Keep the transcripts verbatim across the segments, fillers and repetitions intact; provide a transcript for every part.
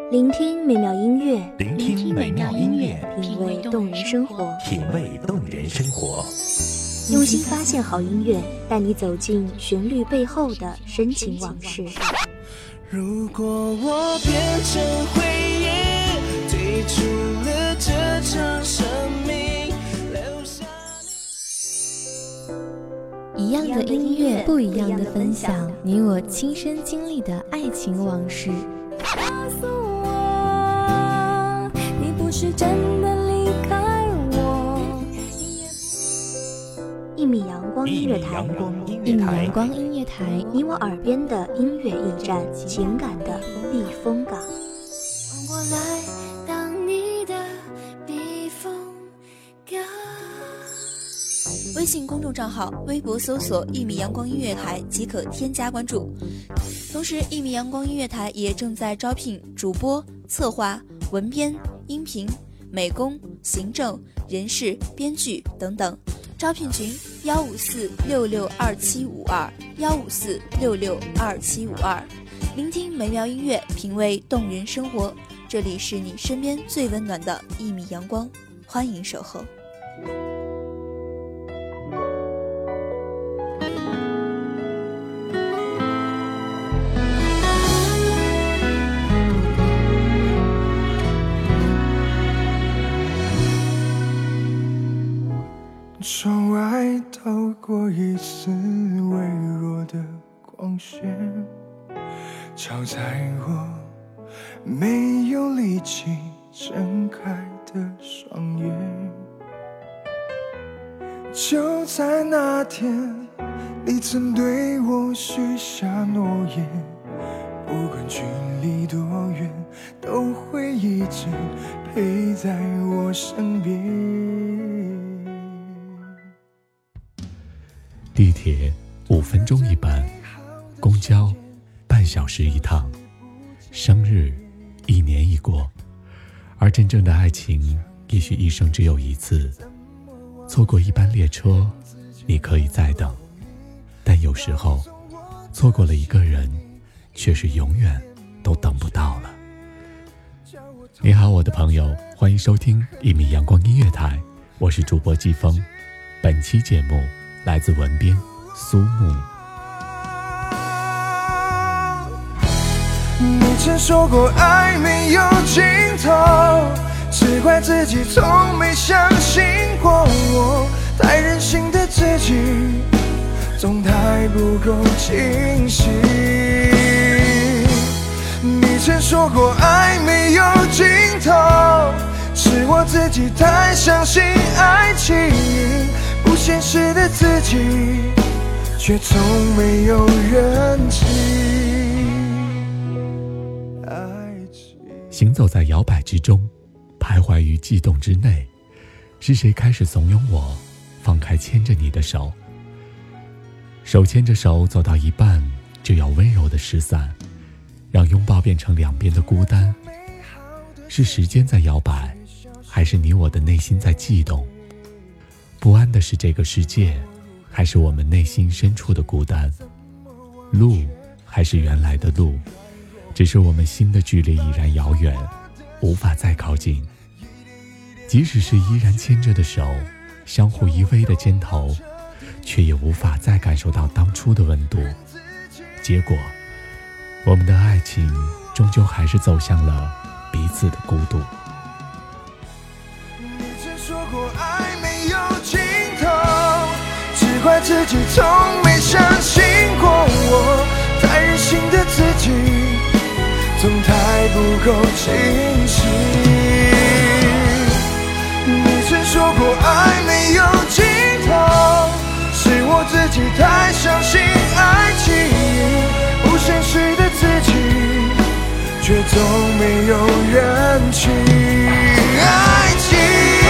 聆听美妙音乐， 聆听美妙音乐， 品味动人生活， 品味动人生活。 用心发现好音乐，带你走进旋律背后的深情往事。 如果我变成回忆，退出了这场生命，留下一样的音乐，不一样的分享，你我亲身经历的爱情往事。 告诉我，你不是真的离开我。 一米阳光音乐台， 一米阳光音乐台， 你我耳边的音乐驿站，情感的避风港。 我来当你的避风港。 微信公众账号、微博搜索“一米阳光音乐台”即可添加关注。同时，一米阳光音乐台也正在招聘主播、策划、文编、音频、美工、行政、人事、编剧等等。招聘群：幺五四六六二七五二幺五四六六二七五二。聆听美妙音乐，品味动人生活。这里是你身边最温暖的一米阳光，欢迎守候。 窗外透过一丝微弱的光线，照在我没有力气睁开的双眼。就在那天，你曾对我许下诺言，不管距离多远，都会一直陪在我身边。 地铁五分钟一班，公交半小时一趟，生日一年一过，而真正的爱情也许一生只有一次。错过一班列车，你可以再等，但有时候错过了一个人，却是永远都等不到了。你好，我的朋友，欢迎收听一米阳光音乐台，我是主播季风。本期节目来自文编苏木。 你曾说过爱没有尽头，只怪自己从没相信过我，太任性的自己总太不够清醒。你曾说过爱没有尽头，是我自己太相信爱情，不现实的自己却从没有认清爱情。 行走在摇摆之中，徘徊于悸动之内，是谁开始怂恿我放开牵着你的手？手牵着手走到一半，就要温柔的失散，让拥抱变成两边的孤单。是时间在摇摆，还是你我的内心在悸动？不安的是这个世界，还是我们内心深处的孤单？路还是原来的路，只是我们心的距离已然遥远，无法再靠近。即使是依然牵着的手，相互依偎的肩头，却也无法再感受到当初的温度。结果，我们的爱情终究还是走向了彼此的孤独。 你曾说过爱没有尽头，只怪自己从没相信过我，太任性的自己总太不够清醒。你曾说过爱没有尽头，是我自己太相信爱情，不现实的自己却总没有认清爱情。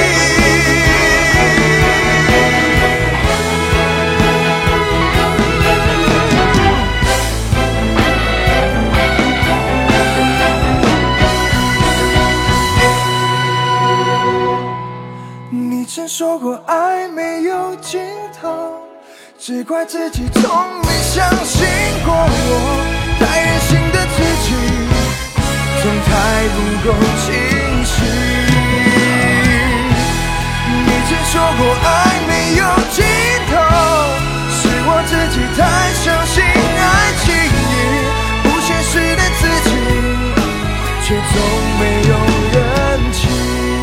你曾说过爱没有尽头，只怪自己从没相信过我，太任性的自己总太不够清晰。你曾说过爱没有尽头，是我自己太相信爱情里不现实的自己，却从没有认清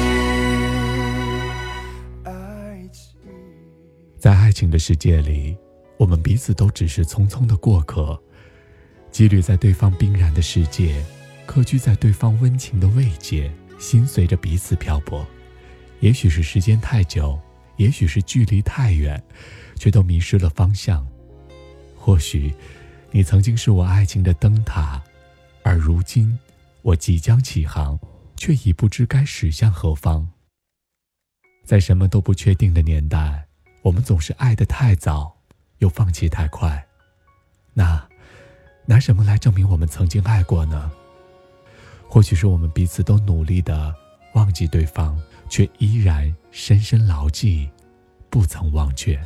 爱情。 在爱情的世界里，我们彼此都只是匆匆的过客，羁旅在对方冰然的世界，客居在对方温情的慰藉，心随着彼此漂泊。也许是时间太久，也许是距离太远，却都迷失了方向。或许你曾经是我爱情的灯塔，而如今我即将起航，却已不知该驶向何方。在什么都不确定的年代，我们总是爱得太早，又放弃太快。那拿什么来证明我们曾经爱过呢？或许是我们彼此都努力地忘记对方，却依然深深牢记，不曾忘却。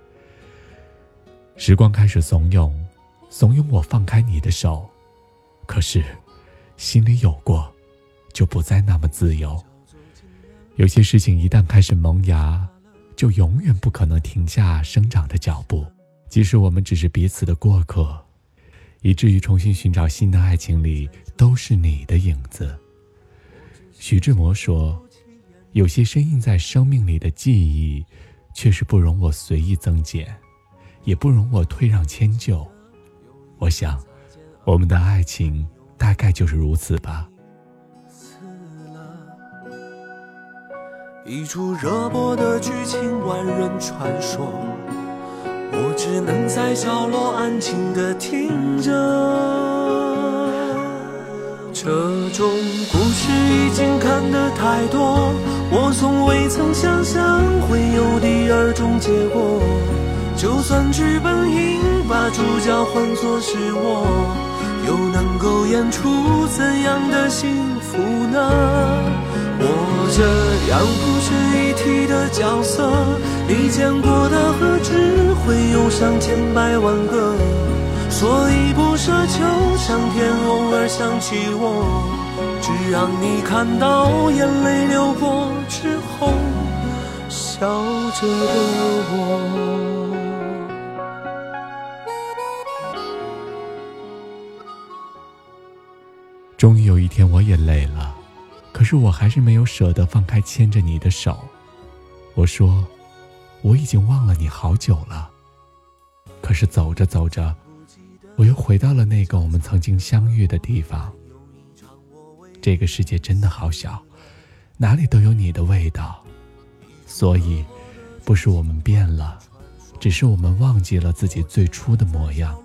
时光开始怂恿，怂恿我放开你的手，可是心里有过，就不再那么自由。有些事情一旦开始萌芽，就永远不可能停下生长的脚步。即使我们只是彼此的过客，以至于重新寻找新的爱情里都是你的影子。徐志摩说，有些深印在生命里的记忆，却是不容我随意增减，也不容我退让迁就。我想我们的爱情大概就是如此吧。 一出热播的剧情，万人传说，我只能在角落安静地听着。这种故事已经看得太多，我从未曾想象会有第二种结果。就算剧本应把主角换作是我，又能够演出怎样的幸福呢？我这样不值一提的角色，你见过的何止会有上千百万个，所以不奢求上天偶尔想起我，只让你看到眼泪流过之后笑着的我。 终于有一天我也累了，可是我还是没有舍得放开牵着你的手。我说我已经忘了你好久了，可是走着走着，我又回到了那个我们曾经相遇的地方。这个世界真的好小，哪里都有你的味道，所以不是我们变了，只是我们忘记了自己最初的模样。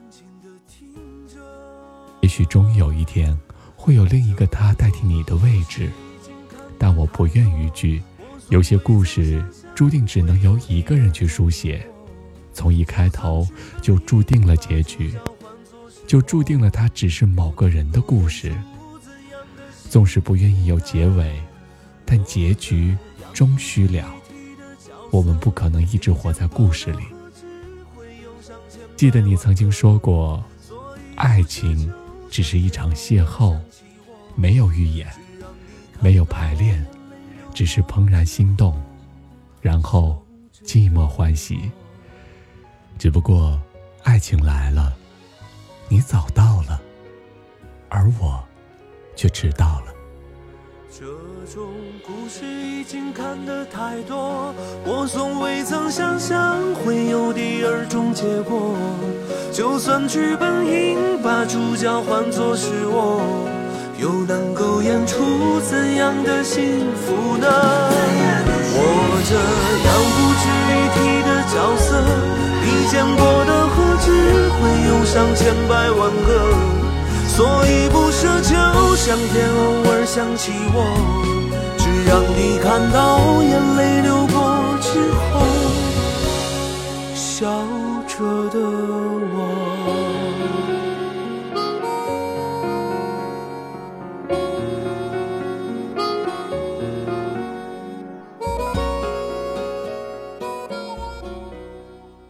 也许终于有一天会有另一个他代替你的位置，但我不愿逾矩。有些故事注定只能由一个人去书写，从一开头就注定了结局，就注定了它只是某个人的故事。纵使不愿意有结尾，但结局终须了。我们不可能一直活在故事里。记得你曾经说过，爱情只是一场邂逅，没有预演，没有排练，只是怦然心动，然后寂寞欢喜。只不过爱情来了，你早到了，而我却迟到了。 这种故事已经看得太多，我从未曾想象会有第二种结果。就算剧本应把主角换作是我，又能够演出怎样的幸福呢？我这样不值一提的角色，你见过的何止会有上千百万个，所以不奢求上天偶尔想起我，只让你看到眼泪流过之后笑着的我。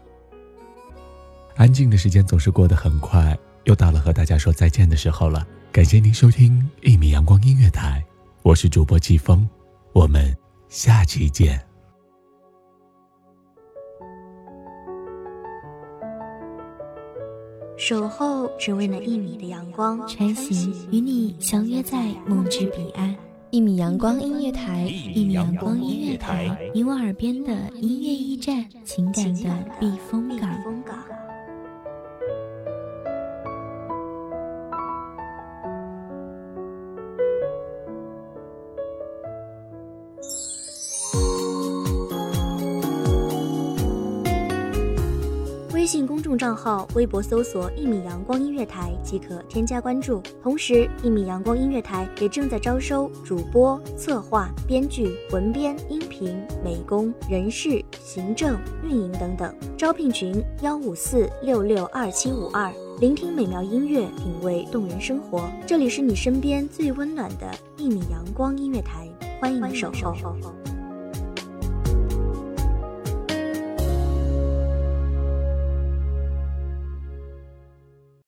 安静的时间总是过得很快，又到了和大家说再见的时候了。 感谢您收听一米阳光音乐台，我是主播季风，我们下期见。 守候只为那一米的阳光， 穿行与你相约在梦之彼岸。一米阳光音乐台，一米阳光音乐台，你我耳边的音乐驿站，情感的避风港。 微信公众账号、微博搜索一米阳光音乐台即可添加关注。同时，一米阳光音乐台也正在招收主播、策划、编剧、文编、音频、美工、人事、行政、运营等等。招聘群：幺五四六六二七五二。聆听美妙音乐，品味动人生活。这里是你身边最温暖的一米阳光音乐台，欢迎你守候。